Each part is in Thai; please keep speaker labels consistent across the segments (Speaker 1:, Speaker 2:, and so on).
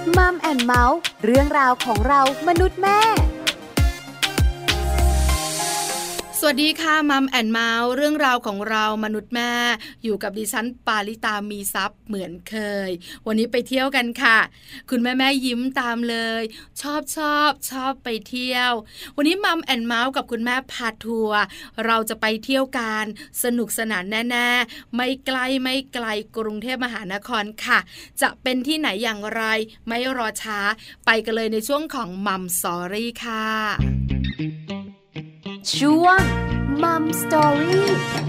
Speaker 1: มัมแอนด์เมาส์เรื่องราวของเรามนุษย์แม่
Speaker 2: สวัสดีค่ะมัมแอนเมาส์เรื่องราวของเรามนุษย์แม่อยู่กับดิฉันปาริตามีซัพ์เหมือนเคยวันนี้ไปเที่ยวกันค่ะคุณแม่ยิ้มตามเลยชอบไปเที่ยววันนี้มัมแอนเมาส์กับคุณแม่พาทัวร์เราจะไปเที่ยวกันสนุกสนานแน่ๆไม่ไกลกรุงเทพมหานครค่ะจะเป็นที่ไหนอย่างไรไม่รอช้าไปกันเลยในช่วงของมัมสตอรี่ค่ะ
Speaker 1: ช่วงมัมสตอรี่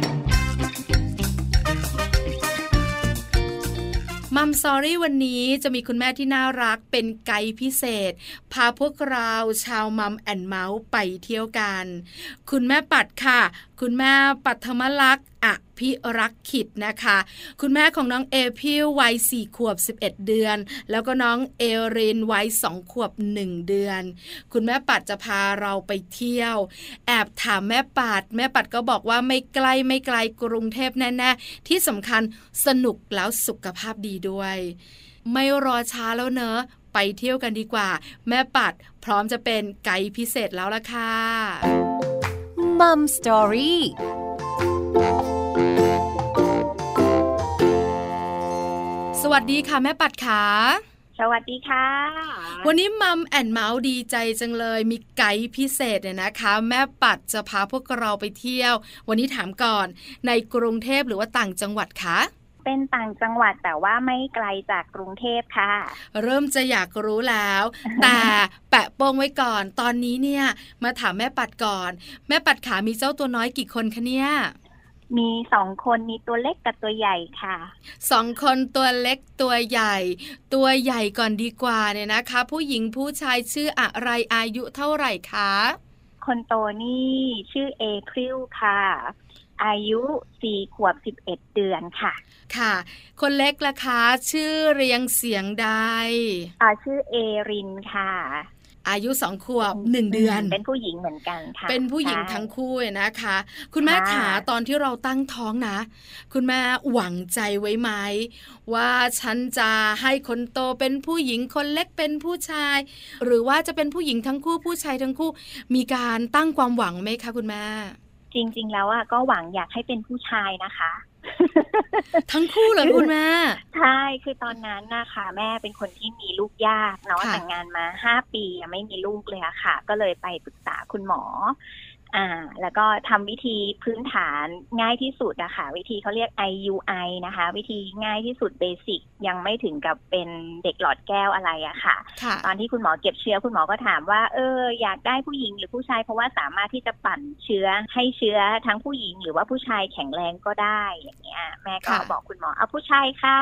Speaker 2: มัมสตอรี่วันนี้จะมีคุณแม่ที่น่ารักเป็นไกด์พิเศษพาพวกเราชาวมัมแอนด์เมาส์ไปเที่ยวกันคุณแม่ปัดค่ะคุณแม่ปัทมลักษณ์อภิรักษ์ขิดนะคะคุณแม่ของน้องเอพิลวัย4 ขวบ 11 เดือนแล้วก็น้องเอรินวัย2 ขวบ 1 เดือนคุณแม่ปัดจะพาเราไปเที่ยวแอบถามแม่ปัดก็บอกว่าไม่ไกลกรุงเทพแน่ๆที่สำคัญสนุกแล้วสุขภาพดีด้วยไม่รอช้าแล้วเนอะไปเที่ยวกันดีกว่าแม่ปัดพร้อมจะเป็นไกด์พิเศษแล้วล่ะค่ะ
Speaker 1: มัมสตอรี่
Speaker 2: สวัสดีค่ะแม่ปัดขา
Speaker 3: สวัสดีค่ะ
Speaker 2: วันนี้มัมแอนเมาส์ดีใจจังเลยมีไกด์พิเศษเนี่ยนะคะแม่ปัดจะพาพวกเราไปเที่ยววันนี้ถามก่อนในกรุงเทพหรือว่าต่างจังหวัดคะ
Speaker 3: เป็นต่างจังหวัดแต่ว่าไม่ไกลจากกรุงเทพค่ะ
Speaker 2: เริ่มจะอยากรู้แล้ว แต่แปะโป้งไว้ก่อนตอนนี้เนี่ยมาถามแม่ปัดก่อนแม่ปัดขามีเจ้าตัวน้อยกี่คนคะเนี่ย
Speaker 3: มี2 คนมีตัวเล็กกับตัวใหญ่ค่ะ
Speaker 2: 2 คนตัวเล็กตัวใหญ่ตัวใหญ่ก่อนดีกว่าเนี่ยนะคะผู้หญิงผู้ชายชื่ออะไรอายุเท่าไหร่คะ
Speaker 3: คนโตนี่ชื่อเอพริลค่ะอายุ4 ขวบ 11 เดือนค่ะ
Speaker 2: ค่ะคนเล็กล่ะคะชื่อเรียงเสียงใด
Speaker 3: ชื่อเอรินค่ะ
Speaker 2: อายุ2 ขวบ 1 เดือน
Speaker 3: เป็นผู้หญิงเหมือนกันค่ะ
Speaker 2: เป็นผู้หญิงทั้งคู่นะคะคุณแม่ขาตอนที่เราตั้งท้องนะคุณแม่หวังใจไว้ไหมว่าฉันจะให้คนโตเป็นผู้หญิงคนเล็กเป็นผู้ชายหรือว่าจะเป็นผู้หญิงทั้งคู่ผู้ชายทั้งคู่มีการตั้งความหวังไหมคะคุณแม่
Speaker 3: จริงๆแล้วก็หวังอยากให้เป็นผู้ชายนะคะ
Speaker 2: ทั้งคู่เหรอคุณแม่
Speaker 3: ใช่คือตอนนั้นนะคะแม่เป็นคนที่มีลูกยากเนาะแต่งงานมา5 ปียังไม่มีลูกเลยอะค่ะก็เลยไปปรึกษาคุณหมอแล้วก็ทำวิธีพื้นฐานง่ายที่สุดอะค่ะวิธีเขาเรียก IUI นะคะวิธีง่ายที่สุดเบสิกยังไม่ถึงกับเป็นเด็กหลอดแก้วอะไรอะค่ะตอนที่คุณหมอเก็บเชื้อคุณหมอก็ถามว่าอยากได้ผู้หญิงหรือผู้ชายเพราะว่าสามารถที่จะปั่นเชื้อให้เชื้อทั้งผู้หญิงหรือว่าผู้ชายแข็งแรงก็ได้อย่างเงี้ยแม่ก็บอกคุณหมอเอาผู้ชายค่ะ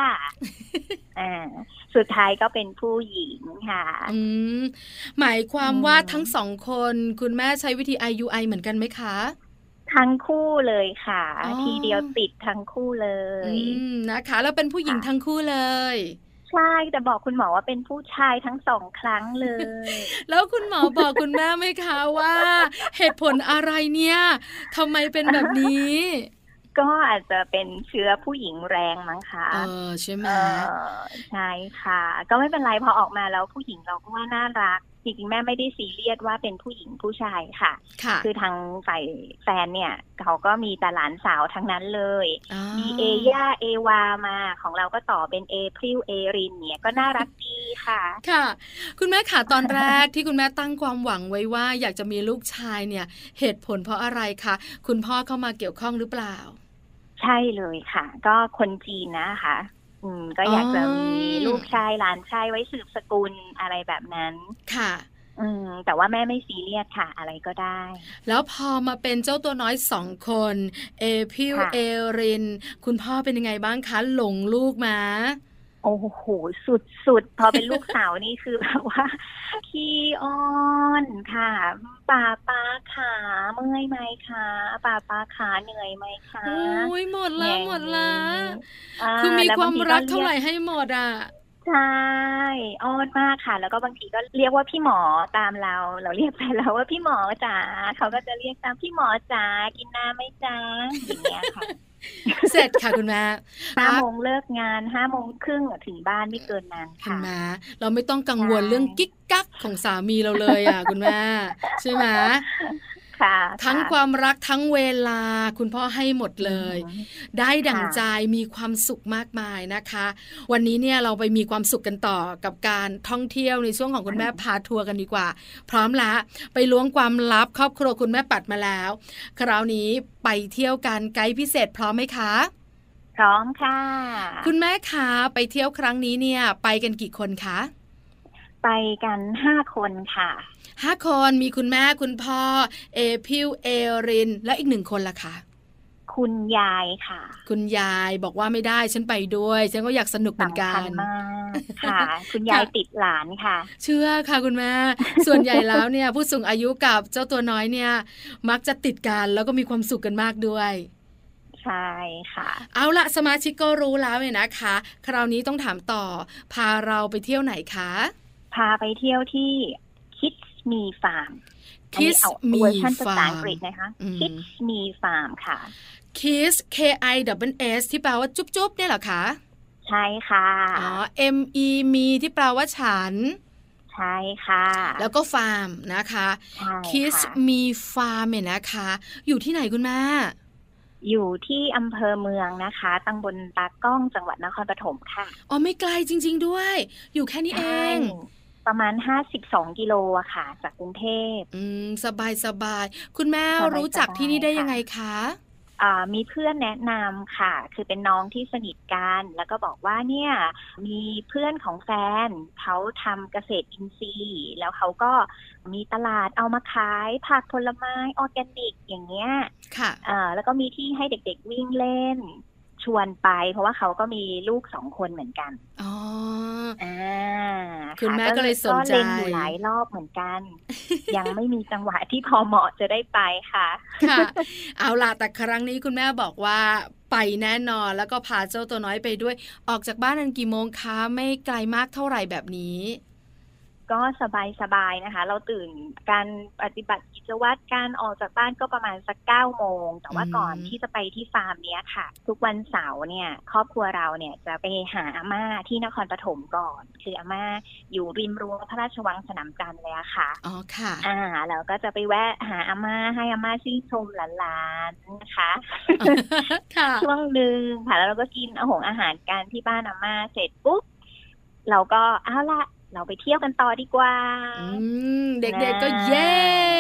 Speaker 3: สุดท้ายก็เป็นผู้หญิงค่ะ
Speaker 2: หมายความว่าทั้ง2 คนคุณแม่ใช้วิธี IUI เหมือนกันไหมคะ
Speaker 3: ทั้งคู่เลยค่ะทีเดียวติดทั้งคู่เลย
Speaker 2: นะคะแล้วเป็นผู้หญิงทั้งคู่เลย
Speaker 3: ใช่แต่บอกคุณหมอว่าเป็นผู้ชายทั้ง2 ครั้งเลย
Speaker 2: แล้วคุณหมอบอกคุณแม่ไหมคะว่าเหตุผลอะไรเนี่ยทำไมเป็นแบบนี้
Speaker 3: ก็อาจจะเป็นเชื้อผู้หญิงแรงมั้งคะ
Speaker 2: ใช่ไหม
Speaker 3: ใช่ค่ะก็ไม่เป็นไรพอออกมาแล้วผู้หญิงเราก็ว่าน่ารักจริงๆแม่ไม่ได้ซีเรียสว่าเป็นผู้หญิงผู้ชายค่ะคือทางฝ่ายแฟนเนี่ยเขาก็มีแต่หลานสาวทั้งนั้นเลยมีเอย่าเอวามาของเราก็ต่อเป็นเอพริลเอรินเนี่ยก็น่ารักดีค่ะ
Speaker 2: ค่ะคุณแม่ค่ะตอนแรกที่คุณแม่ตั้งความหวังไว้ว่าอยากจะมีลูกชายเนี่ยเหตุผลเพราะอะไรคะคุณพ่อเข้ามาเกี่ยวข้องหรือเปล่า
Speaker 3: ใช่เลยค่ะก็คนจีนนะคะก็อยากจะมีลูกชายหลานชายไว้สืบสกุลอะไรแบบนั้น
Speaker 2: ค่ะ
Speaker 3: แต่ว่าแม่ไม่ซีเรียสค่ะอะไรก็ได้
Speaker 2: แล้วพอมาเป็นเจ้าตัวน้อย2 คนเอพิลเอรินคุณพ่อเป็นยังไงบ้างคะหลงลูกมา
Speaker 3: โอ้โหสุดๆพอเป็นลูกสาวนี่คือแบบว่าขี้อ้อนค่ะป้าขาเมื่อยไหมคะป้าขาเหนื่อยไหมคะ
Speaker 2: โอ้ยหมดแล้วคือมีความรักเท่าไหร่ให้หมดอ่ะ
Speaker 3: ใช่อ้อนมากค่ะแล้วก็บางทีก็เรียกว่าพี่หมอตามเราเรียกไปแล้วว่าพี่หมอจ๋าเขาก็จะเรียกตามพี่หมอจ๋ากินน้ำไหมจ๋าอย่างเงี้ยค่ะ
Speaker 2: เสร็จค่ะคุณแม่
Speaker 3: 5 โมงเลิกงาน5 โมงครึ่งถึงบ้านไม่เกินนั้น
Speaker 2: เห็น
Speaker 3: ค่ะ
Speaker 2: ไหมเราไม่ต้องกังวล
Speaker 3: ใช่
Speaker 2: เรื่องกิ๊กกักของสามีเราเลยอ่ะคุณแม่ใช่ไหม
Speaker 3: ค่ะ
Speaker 2: ทั้ง
Speaker 3: ค่ะ
Speaker 2: ความรักทั้งเวลาคุณพ่อให้หมดเลย
Speaker 3: อือหือ
Speaker 2: ได้ดั่ง
Speaker 3: ค่ะ
Speaker 2: ใจมีความสุขมากมายนะคะวันนี้เนี่ยเราไปมีความสุขกันต่อกับการท่องเที่ยวในช่วงของคุณแม่พาทัวร์กันดีกว่าพร้อมละไปล้วงความลับครอบครัวคุณแม่ปัดมาแล้วคราวนี้ไปเที่ยวกันไกด์พิเศษพร้อมไหมคะ
Speaker 3: พร้อมค่ะ
Speaker 2: คุณแม่คะไปเที่ยวครั้งนี้เนี่ยไปกันกี่คนคะ
Speaker 3: ไปกัน5 คนค่ะ
Speaker 2: 5 คนมีคุณแม่คุณพ่อเอพิวเอรินแล้วอีก1 คนล่ะคะ
Speaker 3: คุณยายค่ะ
Speaker 2: คุณยายบอกว่าไม่ได้ฉันไปด้วยฉันก็อยากสนุกเหมือนกั
Speaker 3: สำคั
Speaker 2: น
Speaker 3: ญมากค่ะคุณยายติดหลานค่ะ
Speaker 2: เชื่อค่ะคุณแม่ส่วนใหญ่แล้วเนี่ยผู้สูงอายุกับเจ้าตัวน้อยเนี่ยมักจะติดกันแล้วก็มีความสุขกันมากด้วย
Speaker 3: ใช่ค่ะ
Speaker 2: เอาละสมาชิกก็รู้แล้วเนี่ยนะคะคราวนี้ต้องถามต่อพาเราไปเที่ยวไหนคะ
Speaker 3: พาไปเที่ยวที่ Kids Me Farm อันนี้
Speaker 2: Kiss
Speaker 3: เอา
Speaker 2: Me
Speaker 3: เวอร์ชันภาษาอังกฤษ
Speaker 2: Farm
Speaker 3: นะคะ Kids Me Farm ค่ะ
Speaker 2: Kiss KISS ที่แปลว่าจุ๊บๆเนี่ยเหรอคะ
Speaker 3: ใช่ค่ะ
Speaker 2: อ๋อ ME มีที่แปลว่าฉัน
Speaker 3: ใช่ค่ะ
Speaker 2: แล้วก็ฟาร์มนะคะ
Speaker 3: ใช่
Speaker 2: Kiss
Speaker 3: ค่ะ
Speaker 2: Me Farm เนี่ยนะคะอยู่ที่ไหนคุณแม่
Speaker 3: อยู่ที่อำเภอเมืองนะคะตำบลตากล้องจังหวัดนครปฐมค่ะ
Speaker 2: อ๋อไม่ไกลจริงๆด้วยอยู่แค่นี้เอง
Speaker 3: ประมาณ52 กิโลอะค่ะจากกรุงเทพ
Speaker 2: สบายคุณแม่รู้จักที่นี่ได้ยังไงคะ
Speaker 3: มีเพื่อนแนะนำค่ะคือเป็นน้องที่สนิทกันแล้วก็บอกว่าเนี่ยมีเพื่อนของแฟนเขาทำเกษตรอินทรีย์แล้วเขาก็มีตลาดเอามาขายผักผลไม้ออร์แกนิกอย่างเงี้ย
Speaker 2: ค่ะ
Speaker 3: แล้วก็มีที่ให้เด็กๆวิ่งเล่นชวนไปเพราะว่าเขาก็มีลูก2 คนเหมือนกัน
Speaker 2: อ๋อ
Speaker 3: คุณ
Speaker 2: แม่ก็เลยสนใจ
Speaker 3: ก็เล็งอยู่หลายรอบเหมือนกัน ยังไม่มีจังหวะที่พอเหมาะจะได้ไปค่ะ
Speaker 2: ค่ะเอาล่ะแต่ครั้งนี้คุณแม่บอกว่าไปแน่นอนแล้วก็พาเจ้าตัวน้อยไปด้วยออกจากบ้านกันกี่โมงคะไม่ไกลมากเท่าไหร่แบบนี้
Speaker 3: ก็สบายๆนะคะเราตื่นการปฏิบัติกิจวัตรการออกจากบ้านก็ประมาณสัก9 โมงแต่ว่าก่อนที่จะไปที่ฟาร์มเนี้ยค่ะทุกวันเสาร์เนี่ยครอบครัวเราเนี่ยจะไปหาอาม่าที่นครปฐมก่อนคืออาม่าอยู่ริมรั้วพระราชวังสนามจันทร์เลยค่ะ
Speaker 2: อ๋อค่ะ
Speaker 3: แล้วก็จะไปแวะหาอาม่าให้อาม่าชื่นชมหลานๆนะคะ
Speaker 2: ค่ะ
Speaker 3: ช่วงนึงค่ะแล้วเราก็กินอาหารกันที่บ้านอาม่าเสร็จปุ๊บเราก็เอาละเราไปเที่ยวกันต่อดีกว่า
Speaker 2: เด็กๆก็เย่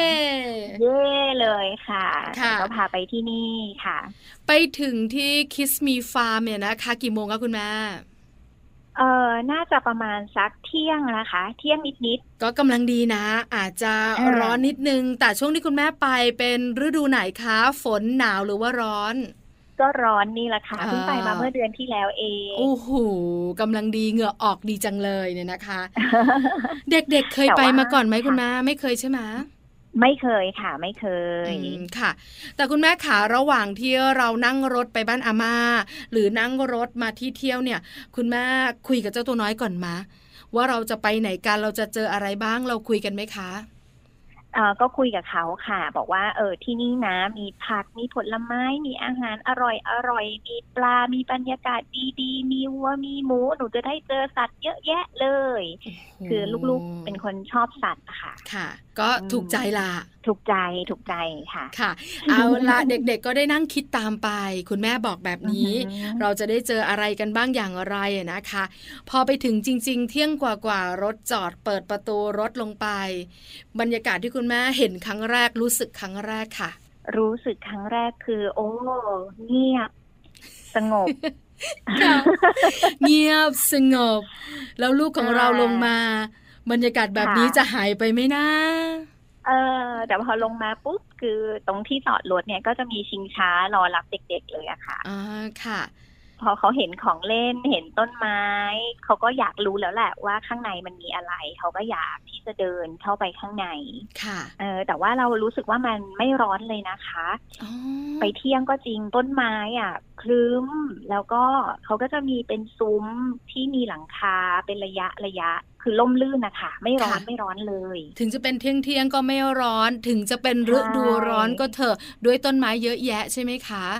Speaker 3: เลยค่ะก็พาไปที่นี่ค่ะ
Speaker 2: ไปถึงที่ Kiss Me Farm เนี่ยนะคะกี่โมงคะคุณแม่
Speaker 3: น่าจะประมาณสักเที่ยงนะคะเที่ยงนิด
Speaker 2: ๆก็กำลังดีนะอาจจะร้อนนิดนึงแต่ช่วงที่คุณแม่ไปเป็นฤดูไหนคะฝนหนาวหรือว่าร้อน
Speaker 3: ก็ร้อนนี่แหละค่ะเพิ่งไปมาเมื่อเดือนที่แล้วเอง
Speaker 2: โอ้โหกำลังดีเหงื่อออกดีจังเลยเนี่ยนะคะ เด็กๆเคยไปมาก่อนไหมคุณแม่ไม่เคยใช่ไหม
Speaker 3: ไม่เคยค่ะไม่เคย
Speaker 2: ค่ะแต่คุณแม่ขาระหว่างที่เรานั่งรถไปบ้านอาม่าหรือนั่งรถมาที่เที่ยวเนี่ยคุณแม่คุยกับเจ้าตัวน้อยก่อนมาว่าเราจะไปไหนกันเราจะเจออะไรบ้างเราคุยกันไหมคะ
Speaker 3: ก็คุยกับเขาค่ะบอกว่าที่นี่นะมีผักมีผลไม้มีอาหารอร่อยมีปลามีบรรยากาศดีๆมีวัวมีหมูหนูจะได้เจอสัตว์เยอะแยะเลยคือลูกๆเป็นคนชอบสัตว์ค่ะ
Speaker 2: ค่ะก็ถูกใจละ
Speaker 3: ถูกใจค่ะ
Speaker 2: ค่ะเอาละเด็กๆก็ได้นั่งคิดตามไปคุณแม่บอกแบบนี้เราจะได้เจออะไรกันบ้างอย่างไรนะคะพอไปถึงจริงๆเที่ยงกว่ารถจอดเปิดประตูรถลงไปบรรยากาศที่คุณแม่เห็นครั้งแรกรู้สึกครั้งแรกค่ะ
Speaker 3: รู้สึกครั้งแรกคือโอ้เงียบสงบ
Speaker 2: เงียบสงบแล้วลูกของเราลงมาบรรยากาศแบบนี้จะหายไปไหมนะ
Speaker 3: แต่พอลงมาปุ๊บคือตรงที่จอดรถเนี่ยก็จะมีชิงช้ารอรับเด็กๆเลยอะค่ะ
Speaker 2: ค่ะ
Speaker 3: พอเขาเห็นของเล่นเห็นต้นไม้เขาก็อยากรู้แล้วแหละว่าข้างในมันมีอะไรเขาก็อยากที่จะเดินเข้าไปข้างใน
Speaker 2: ค่ะ
Speaker 3: แต่ว่าเรารู้สึกว่ามันไม่ร้อนเลยนะคะไปเที่ยงก็จริงต้นไม้ครึ้มแล้วก็เขาก็จะมีเป็นซุ้มที่มีหลังคาเป็นระยะคือล่มลื่นนะคะไม่ร้อนเลย
Speaker 2: ถึงจะเป็นเที่ยงก็ไม่ร้อนถึงจะเป็นฤดูร้อนก็เถอะด้วยต้นไม้เยอะแยะใช่ไหมคะ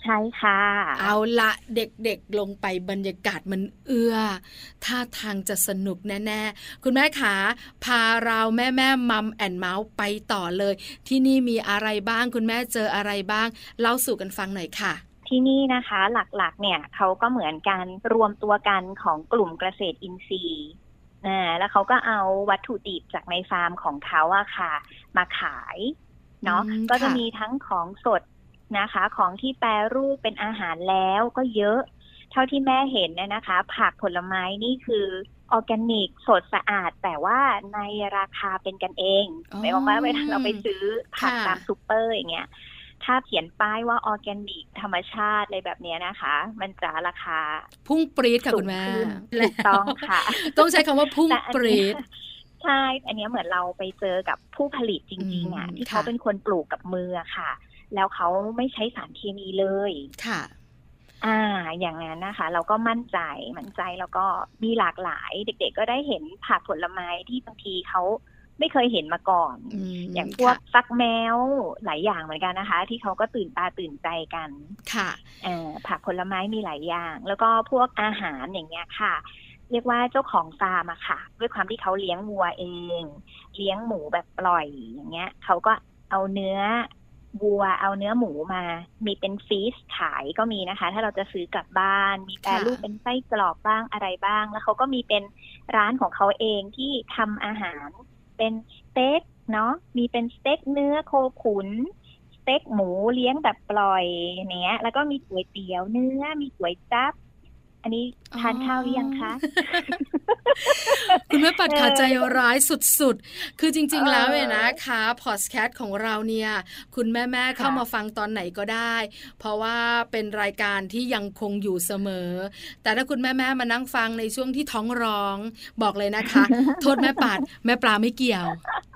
Speaker 3: ใช่ค่ะ
Speaker 2: เอาละเด็กๆลงไปบรรยากาศมันเอื้อท่าทางจะสนุกแน่ๆคุณแม่ขาพาเราแม่มัมแอนเมาส์ไปต่อเลยที่นี่มีอะไรบ้างคุณแม่เจออะไรบ้างเล่าสู่กันฟังหน่อยค่ะ
Speaker 3: ที่นี่นะคะหลักๆเนี่ยเขาก็เหมือนการรวมตัวกันของกลุ่มเกษตรอินทรีย์แล้วเขาก็เอาวัตถุดิบจากในฟาร์มของเขาอะค่ะมาขายเนาะก็จะมีทั้งของสดนะคะของที่แปรรูปเป็นอาหารแล้วก็เยอะเท่าที่แม่เห็นเนี่ยนะคะผักผลไม้นี่คือออร์แกนิกสดสะอาดแต่ว่าในราคาเป็นกันเองหมายความว่าเวลาเราไปซื้อผักตามซูเปอร์อย่างเงี้ยถ้าเขียนป้ายว่าออร์แกนิกธรรมชาติอะไรแบบนี้นะคะมันจะราคา
Speaker 2: พุ่งปรี๊ดค่ะคุณแม่
Speaker 3: ถูกต้องค่ะ
Speaker 2: ต้องใช้คำว่าพุ่งปรี๊ด
Speaker 3: ใช่อันนี้เหมือนเราไปเจอกับผู้ผลิตจริงๆที่เขาเป็นคนปลูกกับมือค่ะแล้วเขาไม่ใช้สารเคมีเลย
Speaker 2: ค่ะ
Speaker 3: อย่างนั้นนะคะเราก็มั่นใจแล้วก็มีหลากหลายเด็กๆก็ได้เห็นผักผลไม้ที่บางทีเขาไม่เคยเห็นมาก่อนอย่างพวกฟักแมวหลายอย่างเหมือนกันนะคะที่เขาก็ตื่นตาตื่นใจกัน
Speaker 2: ค่ะ
Speaker 3: ผักผลไม้มีหลายอย่างแล้วก็พวกอาหารอย่างเงี้ยค่ะเรียกว่าเจ้าของฟาร์มอะค่ะด้วยความที่เขาเลี้ยงวัวเองเลี้ยงหมูแบบปล่อยอย่างเงี้ยเขาก็เอาเนื้อวัวเอาเนื้อหมูมามีเป็นฟีสขายก็มีนะคะถ้าเราจะซื้อกลับบ้านมีแปรรูปเป็นไส้กรอกบ้างอะไรบ้างแล้วเขาก็มีเป็นร้านของเขาเองที่ทำอาหารเป็นสเต็กเนาะมีเป็นสเต็กเนื้อโคขุนสเต็กหมูเลี้ยงแบบปล่อยเนี้ยแล้วก็มีก๋วยเตี๋ยวเนื้อมีก๋วยจั๊บอันนี้ทานข้าวหรือยังคะ
Speaker 2: คุณแม่ปัดขาใจร้ายสุดๆคือจริงๆแล้วเนี่ยนะคะพอดแคสต์ของเราเนี่ยคุณแม่ๆเข้ามาฟังตอนไหนก็ได้เพราะว่าเป็นรายการที่ยังคงอยู่เสมอแต่ถ้าคุณแม่ๆมานั่งฟังในช่วงที่ท้องร้องบอกเลยนะคะโทษแม่ปัดแม่ปลาไม่เกี่ยว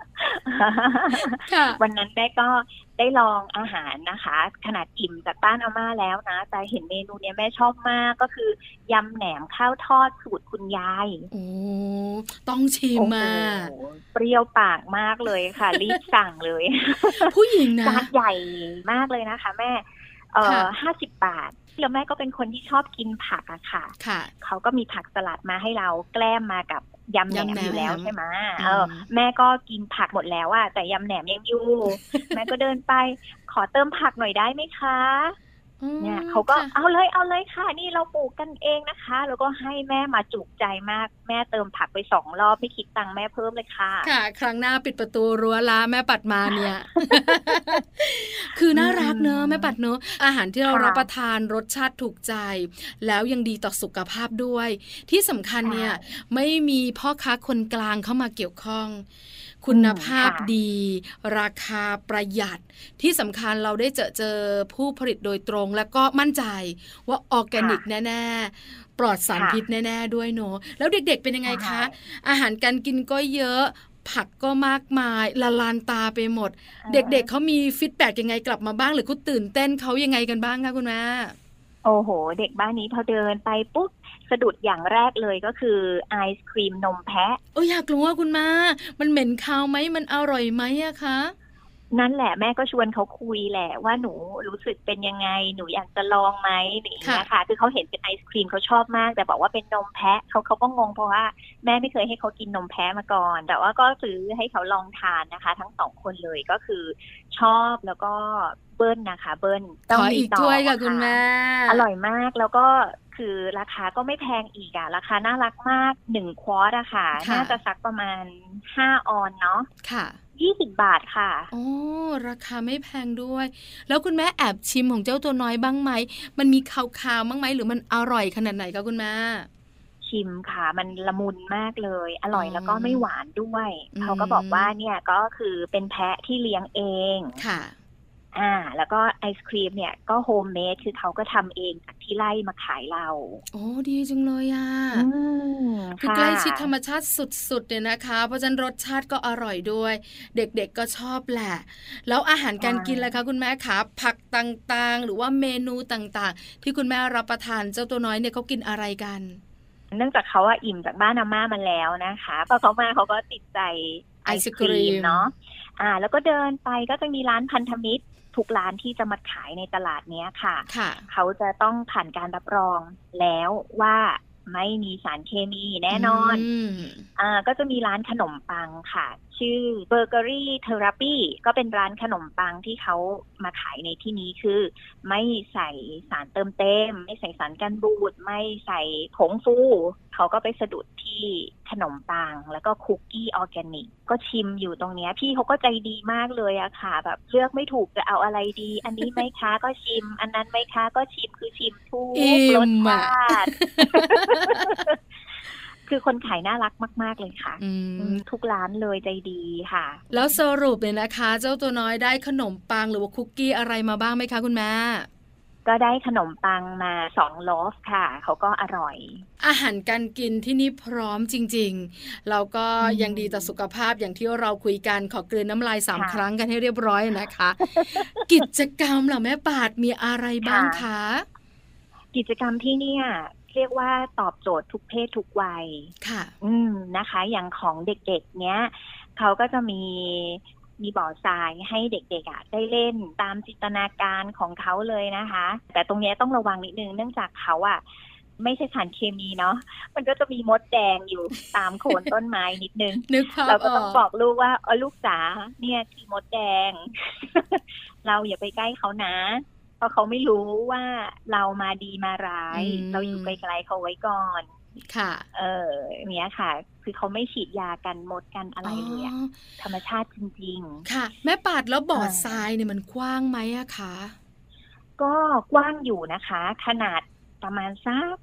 Speaker 3: วันนั้นแม่ก็ได้ลองอาหารนะคะขนาดอิ่มจากบ้านอาม่าแล้วนะแต่เห็นเมนูนี้แม่ชอบมากก็คือยำแหนมข้าวทอดสูตรคุณยาย
Speaker 2: โอ้ต้องชิมมา
Speaker 3: เปรี้ยวปากมากเลยค่ะรีบสั่งเลย
Speaker 2: ผู้หญิงนะ
Speaker 3: จานใหญ่มากเลยนะคะแม่50 บาทแล้วแม่ก็เป็นคนที่ชอบกินผักอะค่ะเขาก็มีผักสลัดมาให้เราแกล้มมากับยำแหนมอยู่แล้วใช่ไหมแม่ก็กินผักหมดแล้วอะแต่ยำแหนมยังอยู่แม่ก็เดินไปขอเติมผักหน่อยได้ไหมคะเนี่ยเขาก็เอาเลยค่ะนี่เราปลูกกันเองนะคะแล้วก็ให้แม่มาจุใจมากแม่เติมผักไป2 รอบไม่คิดตังค์แม่เพิ่มเลยค่ะ
Speaker 2: ค่ะครั้งหน้าปิดประตูรั้วละแม่ปัดมาเนี่ย คือน่ารักเนอะแม่ปัดเนอะอาหารที่เรารับประทานรสชาติถูกใจแล้วยังดีต่อสุขภาพด้วยที่สำคัญเนี่ยไม่มีพ่อค้าคนกลางเข้ามาเกี่ยวข้องคุณภาพดีราคาประหยัดที่สำคัญเราได้เจอผู้ผลิตโดยตรงแล้วก็มั่นใจว่าออร์แกนิกแน่ๆปลอดสารพิษแน่ๆด้วยเนอะแล้วเด็กๆเป็นยังไงคะอาหารการกินก็เยอะผักก็มากมายละลานตาไปหมดเด็กๆเขามีฟีดแบ็กยังไงกลับมาบ้างหรือเขาตื่นเต้นเขายังไงกันบ้างคะคุณแม่
Speaker 3: โอ้โหเด็กบ้านนี้พอเดินไปปุ๊บสะดุดอย่างแรกเลยก็คือไอศครีมนมแพะ
Speaker 2: อยากรู้ว่าคุณแม่มันเหม็นคาวไหมมันอร่อยไหมอะคะ
Speaker 3: นั่นแหละแม่ก็ชวนเขาคุยแหละว่าหนูรู้สึกเป็นยังไงหนูอยากจะลองไหมอย่างเงี้ยค่ะคือเขาเห็นเป็นไอศครีมเขาชอบมากแต่บอกว่าเป็นนมแพะเขาก็งงเพราะว่าแม่ไม่เคยให้เขากินนมแพะมาก่อนแต่ว่าก็ซื้อให้เขาลองทานนะคะทั้ง2 คนเลยก็คือชอบแล้วก็เบิ้ลนะคะเบิ้ล
Speaker 2: ต้องมีต่อถ้วยค่ะคุณแม่
Speaker 3: อร่อยมากแล้วก็คือราคาก็ไม่แพงอีกอะราคาน่ารักมาก1 ควอตอะค่ะน่าจะสักประมาณ5 ออนเนาะ
Speaker 2: ค่ะ
Speaker 3: 20 บาทค่ะ
Speaker 2: โอ้ราคาไม่แพงด้วยแล้วคุณแม่แอบชิมของเจ้าตัวน้อยบ้างไหมมันมีคาวๆบ้างไหมหรือมันอร่อยขนาดไหนคะคุณแม่
Speaker 3: ชิมค่ะมันละมุนมากเลยอร่อยแล้วก็ไม่หวานด้วยเขาก็บอกว่าเนี่ยก็คือเป็นแพะที่เลี้ยงเอง
Speaker 2: ค่ะ
Speaker 3: แล้วก็ไอศครีมเนี่ยก็โฮมเมดคือเขาก็ทำเองจากที่ไร่มาขายเรา
Speaker 2: โอ้ดีจังเลยคือใกล้ชิดธรรมชาติสุดๆเนี่ยนะคะเพราะฉะนั้นรสชาติก็อร่อยด้วยเด็กๆก็ชอบแหละแล้วอาหารการกินล่ะคะคุณแม่คะผักต่างๆหรือว่าเมนูต่างๆที่คุณแม่รับประทานเจ้าตัวน้อยเนี่ยเขากินอะไรกัน
Speaker 3: เนื่องจากเขาอิ่มจากบ้านอาม่ามาแล้วนะคะพอเขามาเขาก็ติดใจไอศครีมเนาะแล้วก็เดินไปก็จะมีร้านพันธมิตรทุกร้านที่จะมาขายในตลาดเนี้ยค่ะ
Speaker 2: ค่ะ
Speaker 3: เขาจะต้องผ่านการรับรองแล้วว่าไม่มีสารเคมีแน่นอนก็จะมีร้านขนมปังค่ะชื่อ Bakery Therapy ก็เป็นร้านขนมปังที่เขามาขายในที่นี้คือไม่ใส่สารเติมเต็มไม่ใส่สารกันบูดไม่ใส่ผงฟูเขาก็ไปสะดุดที่ขนมปังแล้วก็คุกกี้ออร์แกนิกก็ชิมอยู่ตรงนี้พี่เขาก็ใจดีมากเลยอะค่ะแบบเลือกไม่ถูกจะเอาอะไรดีอันนี้ไหมคะก็ชิมอันนั้นไหมคะก็ชิมคือชิมทุกรสชาติคือคนขายน่ารักมากๆเลยค่ะทุกร้านเลยใจดีค่ะ
Speaker 2: แล้วสรุปเนี่ยนะคะเจ้าตัวน้อยได้ขนมปังหรือว่าคุกกี้อะไรมาบ้างไหมคะคุณแม่
Speaker 3: ก็ได้ขนมปังมา2โลฟค่ะเขาก็อร่อย
Speaker 2: อาหารการกินที่นี่พร้อมจริงๆแล้วก็ยังดีต่อสุขภาพอย่างที่เราคุยกันขอกลืนน้ำลาย3ครั้งกันให้เรียบร้อยนะคะ กิจกรรมเหล่าแม่ปาดมีอะไรบ้างคะ
Speaker 3: กิจกรรมที่นี่เรียกว่าตอบโจทย์ทุกเพศทุกวัย
Speaker 2: ค่ะ
Speaker 3: นะคะอย่างของเด็กๆเนี้ยเขาก็จะมีบ่อทรายให้เด็กๆได้เล่นตามจินตนาการของเขาเลยนะคะแต่ตรงนี้ต้องระวังนิดนึงเนื่องจากเขาไม่ใช่สารเคมีเนาะมันก็จะมีมดแดงอยู่ตามโคนต้นไม้นิดนึงเราก็ต้องบอกลูกว่าลูกจ๋าเนี่ยคือมดแดง เราอย่าไปใกล้เขานะเพราะเขาไม่รู้ว่าเรามาดีมาร้ายเราอยู่ไกลๆเขาไว้ก่อน
Speaker 2: ค่ะ
Speaker 3: เนี้ยค่ะคือเขาไม่ฉีดยากันมดกันอะไรเลยธรรมชาติจริง
Speaker 2: ๆค่ะแม่ปาดแล้วบ่อทรายเนี่ยมันกว้างไหมอะคะ
Speaker 3: ก็กว้างอยู่นะคะขนาดประมาณสัก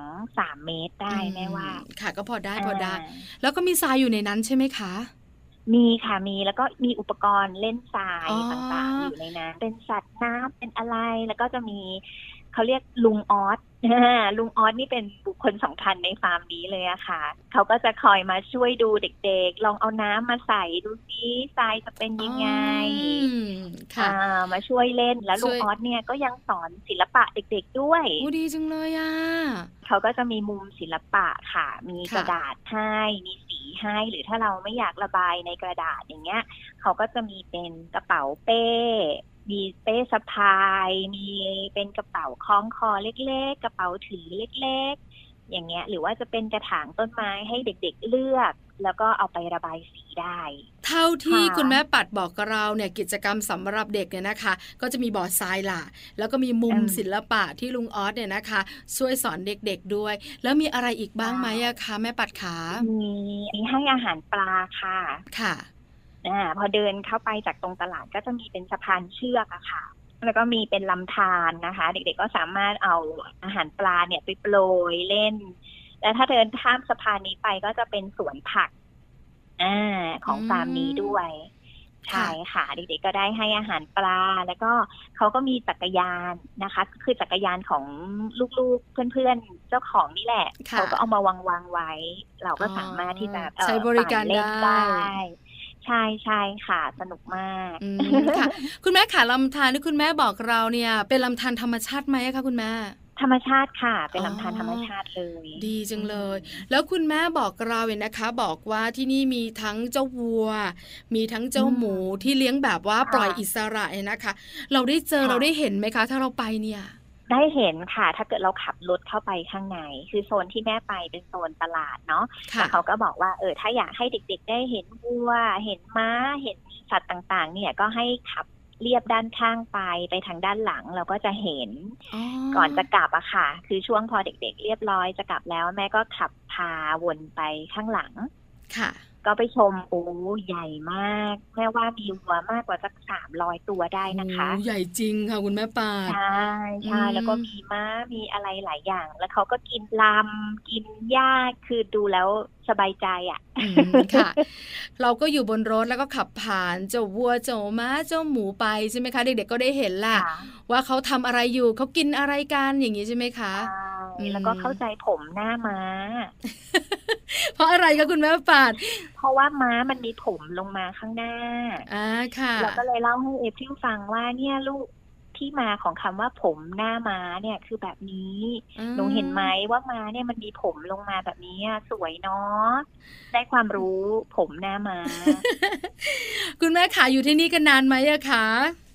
Speaker 3: 2-3 เมตรได้แม่ว่า
Speaker 2: ค่ะก็พอได้แล้วก็มีทรายอยู่ในนั้นใช่ไหมคะ
Speaker 3: มีค่ะมีแล้วก็มีอุปกรณ์เล่นทรายต่างๆอยู่ในนั้นเป็นสัตว์น้ำเป็นอะไรแล้วก็จะมีเขาเรียกลุงออสลุงออสนี่เป็นบุคคลสำคัญในฟาร์มนี้เลยอะค่ะเขาก็จะคอยมาช่วยดูเด็กๆลองเอาน้ำมาใส่ดูซิทรายจะเป็นยังไงมาช่วยเล่นแล้วลุงออสเนี่ยก็ยังสอนศิลปะเด็กๆด้วย
Speaker 2: ดีจังเลยอะ
Speaker 3: เขาก็จะมีมุมศิลปะค่ะมีกระดาษให้มีสีให้หรือถ้าเราไม่อยากระบายในกระดาษอย่างเงี้ยเขาก็จะมีเป็นกระเป๋าเป้มีเป้สะพายมีเป็นกระเป๋าคล้องคอเล็กๆกระเป๋าถือเล็กๆอย่างเงี้ยหรือว่าจะเป็นกระถางต้นไม้ให้เด็กๆเลือกแล้วก็เอาไประบายสีได้
Speaker 2: เท่าที่คุณแม่ปัดบอกกับเราเนี่ยกิจกรรมสำหรับเด็กเนี่ยนะคะก็จะมีบ่อทรายล่ะแล้วก็มีมุมศิลปะที่ลุงออสเนี่ยนะคะช่วยสอนเด็กๆด้วยแล้วมีอะไรอีกบ้างไหมอะคะแม่ปัดขา
Speaker 3: มีให้อาหารปลาค่ะ
Speaker 2: ค่ะ
Speaker 3: พอเดินเข้าไปจากตรงตลาดก็จะมีเป็นสะพานเชือกอะค่ะแล้วก็มีเป็นลำธารนะคะเด็กๆก็สามารถเอาอาหารปลาเนี่ยไปโปรยเล่นแล้วถ้าเดินข้ามสะพานนี้ไปก็จะเป็นสวนผักของฟาร์มนี้ด้วยใช่ค่ะเด็กๆก็ได้ให้อาหารปลาแล้วก็เขาก็มีจักรยานนะคะคือจักรยานของลูกๆเพื่อนๆเจ้าของนี่แหละเขาก็เอามาวางไว้เราก็สามารถที่จะ
Speaker 2: ใช้บริการได้
Speaker 3: ใช่ค่ะสนุกมาก
Speaker 2: ค่ะคุณแม่ขาลำธารที่คุณแม่บอกเราเนี่ยเป็นลำธารธรรมชาติไหมคะคุณแม่
Speaker 3: ธรรมชาติค่ะเป็นลำธารธรรมชาติเลย
Speaker 2: ดีจังเลยแล้วคุณแม่บอกเราเนี่ยนะคะบอกว่าที่นี่มีทั้งเจ้าวัวมีทั้งเจ้าหมูที่เลี้ยงแบบว่าปล่อยอิสระเนี่ยนะคะเราได้เจอเราได้เห็นไหมคะถ้าเราไปเนี่ย
Speaker 3: ได้เห็นค่ะถ้าเกิดเราขับรถเข้าไปข้างในคือโซนที่แม่ไปเป็นโซนตลาดเนาะแล้วเขาก็บอกว่าถ้าอยากให้เด็กๆได้เห็นวัวเห็นม้าเห็นสัตว์ต่างๆเนี่ยก็ให้ขับเลียบด้านข้างไปทางด้านหลังเราก็จะเห็นก่อนจะกลับอะค่ะคือช่วงพอเด็กๆเรียบร้อยจะกลับแล้วแม่ก็ขับพาวนไปข้างหลัง
Speaker 2: ค่ะ
Speaker 3: ก็ไปชมใหญ่มากแม่ว่ามีวัวมากกว่าสัก300ตัวได้นะคะ
Speaker 2: ใหญ่จริงค่ะคุณแม่ปา
Speaker 3: ใช่แล้วก็มีม้ามีอะไรหลายอย่างแล้วเขาก็กินลำกินหญ้าคือดูแล้วสบายใจอ่ะ
Speaker 2: ค่ะเราก็อยู่บนรถแล้วก็ขับผ่านเจ้าวัวเจ้าม้าเจ้าหมูไปใช่ไหมคะเด็กๆก็ได้เห็นล่ะว่าเขาทำอะไรอยู่เขากินอะไรกันอย่างนี้ใช่ไหมคะ
Speaker 3: แล้วก็เข้าใจผมหน้าม้า
Speaker 2: เพราะอะไรคะคุณแม่ปาด
Speaker 3: เพราะว่าม้ามันมีผมลงมาข้างหน้า
Speaker 2: ค่ะ
Speaker 3: เราก็เลยเล่าให้เอฟฟิวฟังว่าเนี่ยลูกที่มาของคำว่าผมหน้าม้าเนี่ยคือแบบนี้หนูเห็นไหมว่าม้าเนี่ยมันมีผมลงมาแบบนี้สวยเนาะได้ความรู้ผมหน้าม้า
Speaker 2: คุณแม่ขาอยู่ที่นี่กันนานไหมอะคะ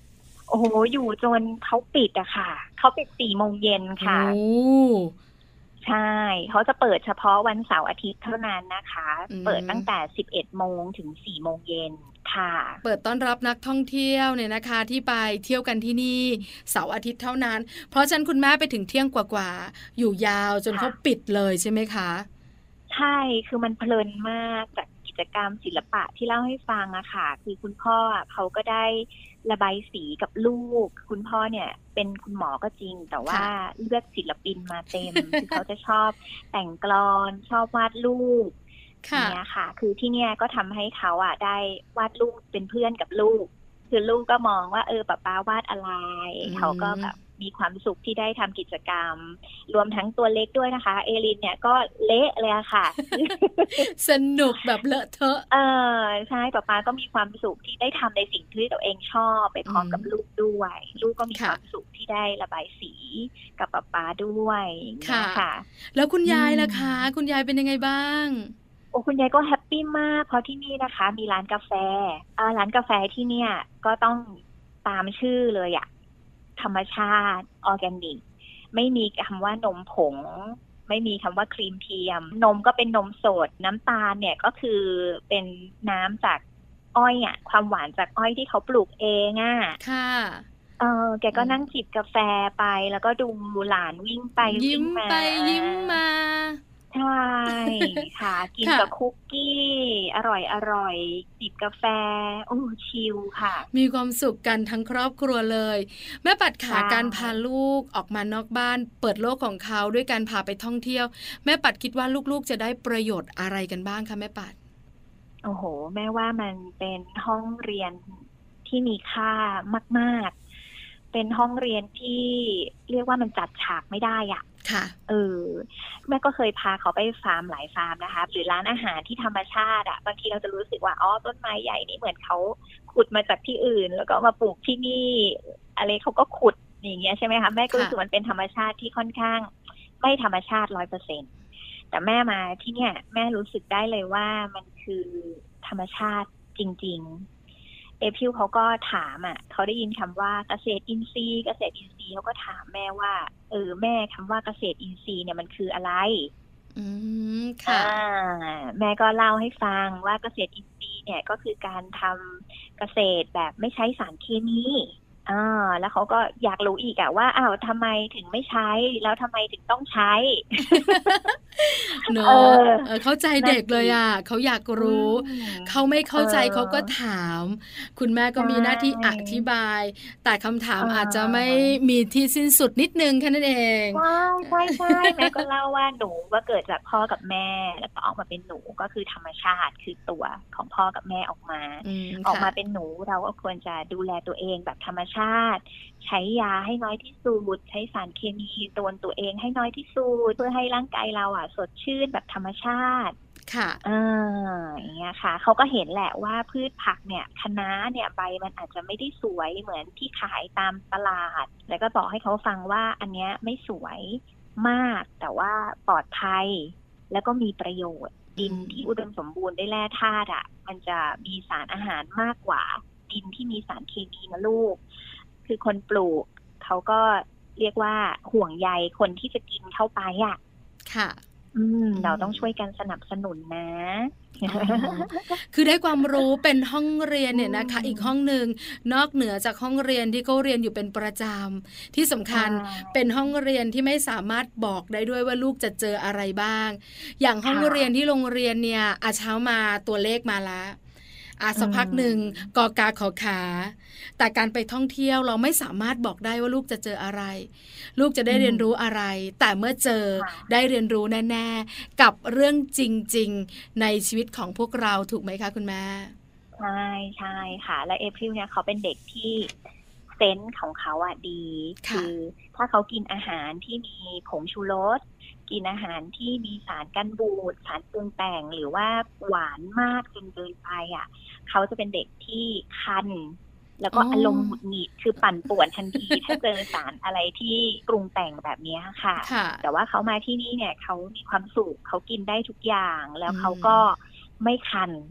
Speaker 3: โอ้โหอยู่จนเขาปิดอะค่ะเขาปิด4 โมงเย็นค่ะ
Speaker 2: โอ้
Speaker 3: ใช่เขาจะเปิดเฉพาะวันเสาร์อาทิตย์เท่านั้นนะคะเปิดตั้งแต่11 โมงถึง4 โมงเย็นค่ะ
Speaker 2: เปิดต้อนรับนักท่องเที่ยวเนี่ยนะคะที่ไปเที่ยวกันที่นี่เสาร์อาทิตย์เท่านั้นเพราะฉะนั้นคุณแม่ไปถึงเที่ยงกว่าๆอยู่ยาวจนเขา
Speaker 3: ค่ะ
Speaker 2: ปิดเลยใช่ไหมคะ
Speaker 3: ใช่คือมันเพลินมากจากกิจกรรมศิลปะที่เล่าให้ฟังอะค่ะคือคุณพ่ออะเขาก็ได้ระบายสีกับลูกคุณพ่อเนี่ยเป็นคุณหมอก็จริงแต่ว่า
Speaker 2: ค่ะ
Speaker 3: เลือกศิลปินมาเต็มคือเขาจะชอบแต่งกลอนชอบวาดรูป
Speaker 2: ค่ะ
Speaker 3: เนี่ยค่ะคือที่เนี่ยก็ทำให้เขาอะได้วาดรูปเป็นเพื่อนกับลูกคือลูกก็มองว่าป๊าวาดอะไร
Speaker 2: อื
Speaker 3: เขาก็แบบ
Speaker 2: ม
Speaker 3: มีความสุขที่ได้ทำกิจกรรม รวมทั้งตัวเล็กด้วยนะคะเอลินเนี่ยก็เละเลยอะค่ะ
Speaker 2: สนุกแบบเลอะเทอะ
Speaker 3: เอใช่ป๊าก็มีความสุขที่ได้ทำในสิ่งที่ตัวเองชอบไปพร้อมกับลูกด้วยลูกก็มีค
Speaker 2: ค่ะ
Speaker 3: วามสุขที่ได้ระบายสีกับป๊าด้วยอย่างเงี้
Speaker 2: ค่ะ
Speaker 3: ยค่ะ
Speaker 2: แล้วคุณ
Speaker 3: อื
Speaker 2: ยาย
Speaker 3: ม
Speaker 2: ล่ะคะคุณยายเป็นยังไงบ้าง
Speaker 3: โอ้คุณยายก็แฮปปี้มากเพราะที่นี่นะคะมีร้านกาแฟร้านกาแฟที่เนี่ยก็ต้องตามชื่อเลยอะธรรมชาติออร์แกนิกไม่มีคำว่านมผงไม่มีคำว่าครีมเทียมนมก็เป็นนมสดน้ำตาลเนี่ยก็คือเป็นน้ำจากอ้อยอะความหวานจากอ้อยที่เขาปลูกเองอะ
Speaker 2: ค่ะ
Speaker 3: แกก็นั่งจิบกาแฟไปแล้วก็ดูหลานวิ่งไป
Speaker 2: ยิ้ม
Speaker 3: วิ่งมา
Speaker 2: ไปยิ้มมา
Speaker 3: ใช่ค่ะกิน
Speaker 2: ค่ะ
Speaker 3: กับคุกกี้อร่อยอร่อยจิบกาแฟโอ้ชิลค่ะ
Speaker 2: มีความสุขกันทั้งครอบครัวเลยแม่ปัด
Speaker 3: ใช
Speaker 2: ขาการพา
Speaker 3: ่
Speaker 2: ลูกออกมานอกบ้านเปิดโลกของเขาด้วยการพาไปท่องเที่ยวแม่ปัดคิดว่าลูกๆจะได้ประโยชน์อะไรกันบ้างคะแม่ปัด
Speaker 3: โอ้โหแม่ว่ามันเป็นห้องเรียนที่มีค่ามากๆเป็นห้องเรียนที่เรียกว่ามันจัดฉากไม่ได้อ่ะ
Speaker 2: ค่ะ
Speaker 3: เออแม่ก็เคยพาเขาไปฟาร์มหลายฟาร์มนะคะหรือร้านอาหารที่ธรรมชาติอ่ะบางทีเราจะรู้สึกว่าต้นไม้ใหญ่นี่เหมือนเขาขุดมาจากที่อื่นแล้วก็มาปลูกที่นี่อะไรเขาก็ขุดอย่างเงี้ยใช่ไหมคะแม่ก็รู้สึกมันเป็นธรรมชาติที่ค่อนข้างไม่ธรรมชาติ100%แต่แม่มาที่เนี่ยแม่รู้สึกได้เลยว่ามันคือธรรมชาติจริงๆพิวเขาก็ถามเขาได้ยินคำว่าเกษตรอินทรีย์เขาก็ถามแม่ว่าแม่คำว่าเกษตรอินทรีย์เนี่ยมันคืออะไร
Speaker 2: อืม
Speaker 3: อ่า
Speaker 2: ค่ะ
Speaker 3: แม่ก็เล่าให้ฟังว่าเกษตรอินทรีย์เนี่ยก็คือการทำเกษตรแบบไม่ใช้สารเคมีแล้วเขาก็อยากรู้อีกว่าทำไมถึงไม่ใช้แล้วทำไมถึงต้องใช้
Speaker 2: เน
Speaker 3: เอ
Speaker 2: อะ
Speaker 3: อ
Speaker 2: เข้าใจเด็กเล
Speaker 3: นั่นสิ
Speaker 2: ยอ่ะเขาอยาก
Speaker 3: อื
Speaker 2: รู้
Speaker 3: ม
Speaker 2: เขาไม่
Speaker 3: เอ
Speaker 2: เข้าใจเขาก็
Speaker 3: อ
Speaker 2: ถามคุณแม่ก็
Speaker 3: ใช่
Speaker 2: มีหน้าที่อธิบายแต่คำถา
Speaker 3: เ
Speaker 2: มอาจจะไม่
Speaker 3: ออ
Speaker 2: มีที่สิ้นสุดนิดนึงแค่นั้นเอง
Speaker 3: ใช่ใช่ใช่แม่ก็เล่าว่าหนูก็เกิดจากพ่อกับแม่แล้วก็ออกมาเป็นหนูก็คือธรรมชาติคือตัวของพ่อกับแม่ออกมาออก
Speaker 2: ค่ะ
Speaker 3: มาเป็นหนูเราก็ควรจะดูแลตัวเองแบบธรรมชาติใช้ยาให้น้อยที่สุดใช้สารเคมีตัวเองให้น้อยที่สุดเพื่อให้ร่างกายเราสดชื่นแบบธรรมชาติ
Speaker 2: ค่ะ
Speaker 3: อย่างเงี้ยค่ะเขาก็เห็นแหละว่าพืชผักเนี่ยคะน้าเนี่ยใบมันอาจจะไม่ได้สวยเหมือนที่ขายตามตลาดแล้วก็บอกให้เขาฟังว่าอันเนี้ยไม่สวยมากแต่ว่าปลอดภัยแล้วก็มีประโยชน์ดินที่อุดมสมบูรณ์ด้วยแร่ธาตุมันจะมีสารอาหารมากกว่าดินที่มีสารเคมีนะลูกคือคนปลูกเขาก็เรียกว่าห่วงใยคนที่จะกินเข้าไป
Speaker 2: ค่ะ
Speaker 3: เราต้องช่วยกันสนับสนุนนะ
Speaker 2: อ๋อคือได้ความรู้เป็นห้องเรียนเนี่ยนะคะอีกห้องหนึ่งนอกเหนือจากห้องเรียนที่เขาเรียนอยู่เป็นประจำที่สำคัญ
Speaker 3: ใช่
Speaker 2: เป็นห้องเรียนที่ไม่สามารถบอกได้ด้วยว่าลูกจะเจออะไรบ้างอย่างห้อง
Speaker 3: ค่ะ
Speaker 2: เรียนที่โรงเรียนเนี่ยเช้ามาตัวเลขมาละสักพักหนึ่ง
Speaker 3: อืม
Speaker 2: กอกาขอขาแต่การไปท่องเที่ยวเราไม่สามารถบอกได้ว่าลูกจะเจออะไรลูกจะได้เรียนรู้อะไรแต่เมื่อเจอ
Speaker 3: ค่ะ
Speaker 2: ได้เรียนรู้แน่ๆกับเรื่องจริงๆในชีวิตของพวกเราถูกไหมคะคุณแม่
Speaker 3: ใช่ใช่ค่ะและเอพริลเนี่ยเขาเป็นเด็กที่เซนส์ของเขาดี
Speaker 2: ค่ะ
Speaker 3: คือถ้าเขากินอาหารที่มีผงชูรสกินอาหารที่มีสารกันบูดสารปรุงแต่งหรือว่าหวานมากจนเกินไปเขาจะเป็นเด็กที่คันแล้วก็
Speaker 2: อ๋อ
Speaker 3: อารมณ์หงุดหงิดคือปั่นป่วนทันทีถ้าเจอสารอะไรที่ปรุงแต่งแบบนี้ค่ะ
Speaker 2: ค่ะ
Speaker 3: แต่ว่าเขามาที่นี่เนี่ยเขามีความสุขเขากินได้ทุกอย่างแล้วเขาก็
Speaker 2: อืม
Speaker 3: ไม่คัน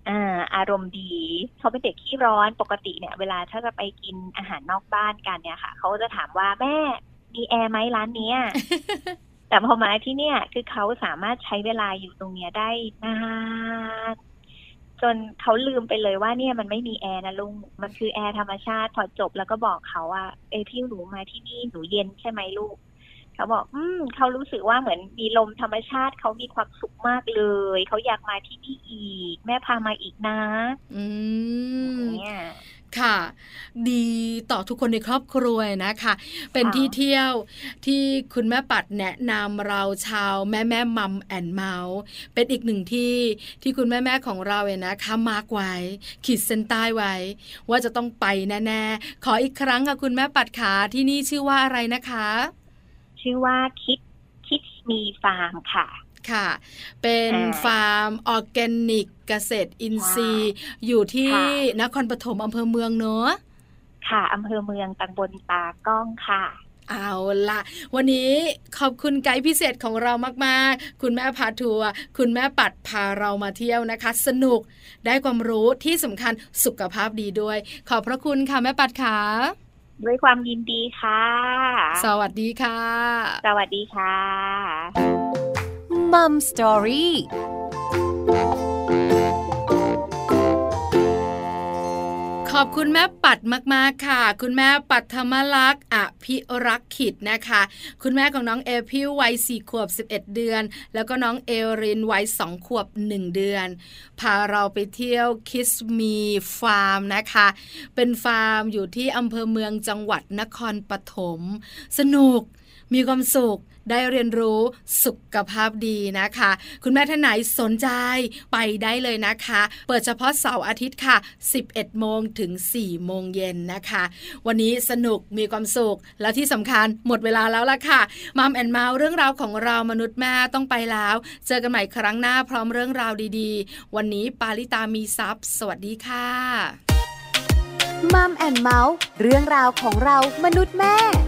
Speaker 3: อารมณ์ดีเขาเป็นเด็กขี้ร้อนปกติเนี่ยเวลาถ้าจะไปกินอาหารนอกบ้านกันเนี่ยค่ะเขาจะถามว่าแม่มีแอร์ไหมร้านเนี้ย แต่พอมาที่เนี่ยคือเขาสามารถใช้เวลาอยู่ตรงเนี้ยได้นานจนเขาลืมไปเลยว่าเนี่ยมันไม่มีแอร์นะลุงมันคือแอร์ธรรมชาติพอจบแล้วก็บอกเขาว่าพี่หนูมาที่นี่หนูเย็นใช่ไหมลูกเขาบอกเขารู้สึกว่าเหมือนมีลมธรรมชาติเขามีความสุขมากเลยเขาอยากมาที่นี่อีกแม่พามาอีกนะเนี่ย
Speaker 2: ค่ะดีต่อทุกคนในครอบครัวนะคะเป็นที่เที่ยวที่คุณแม่ปัดแนะนำเราชาวแม่มัมแอนเมาส์เป็นอีกหนึ่งที่คุณแม่ของเรานะคะมาร์กไว้ขีดเส้นใต้ไว้ว่าจะต้องไปแน่ๆขออีกครั้งค่ะคุณแม่ปัดขาที่นี่ชื่อว่าอะไรนะคะ
Speaker 3: ชื่อว่าคิดมีฟาร์มค่ะ
Speaker 2: ค่ะเป็นฟาร์มออร์แกนิกเกษตรอินทรีย์อยู่ที่นครปฐมอำเภอเมืองเนอะ
Speaker 3: ค่ะอำเภอเมืองตำบลตากล้องค่ะ
Speaker 2: เอาล่ะวันนี้ขอบคุณไกด์พิเศษของเรามากๆคุณแม่พาทัวร์คุณแม่ปัดพาเรามาเที่ยวนะคะสนุกได้ความรู้ที่สำคัญสุขภาพดีด้วยขอบพระคุณค่ะแม่ปัดค่ะ
Speaker 3: ด้วยความยินดีค่ะ
Speaker 2: สวัสดีค่ะ
Speaker 3: สวัสดีค่ะ
Speaker 1: มัมสตอรี่
Speaker 2: ขอบคุณแม่ปัดมากๆค่ะคุณแม่ปัทมลักษณ์อภิรักษ์ขิดนะคะคุณแม่ของน้องเอพิววัย4 ขวบ 11 เดือนแล้วก็น้องเอรินวัย2 ขวบ 1 เดือนพาเราไปเที่ยวคิสมีฟาร์มนะคะเป็นฟาร์มอยู่ที่อำเภอเมืองจังหวัดนครปฐมสนุกมีความสุขได้เรียนรู้สุขภาพดีนะคะคุณแม่ท่านไหนสนใจไปได้เลยนะคะเปิดเฉพาะเสาร์อาทิตย์ค่ะ 11 โมงถึง 4 โมงเย็นนะคะวันนี้สนุกมีความสุขแล้วที่สำคัญหมดเวลาแล้วล่ะค่ะมัมแอนด์เมาส์เรื่องราวของเรามนุษย์แม่ต้องไปแล้วเจอกันใหม่ครั้งหน้าพร้อมเรื่องราวดีๆวันนี้ปาริตามีทรัพย์สวัสดีค่ะ
Speaker 1: มัมแอนด์เมาส์เรื่องราวของเรามนุษย์แม่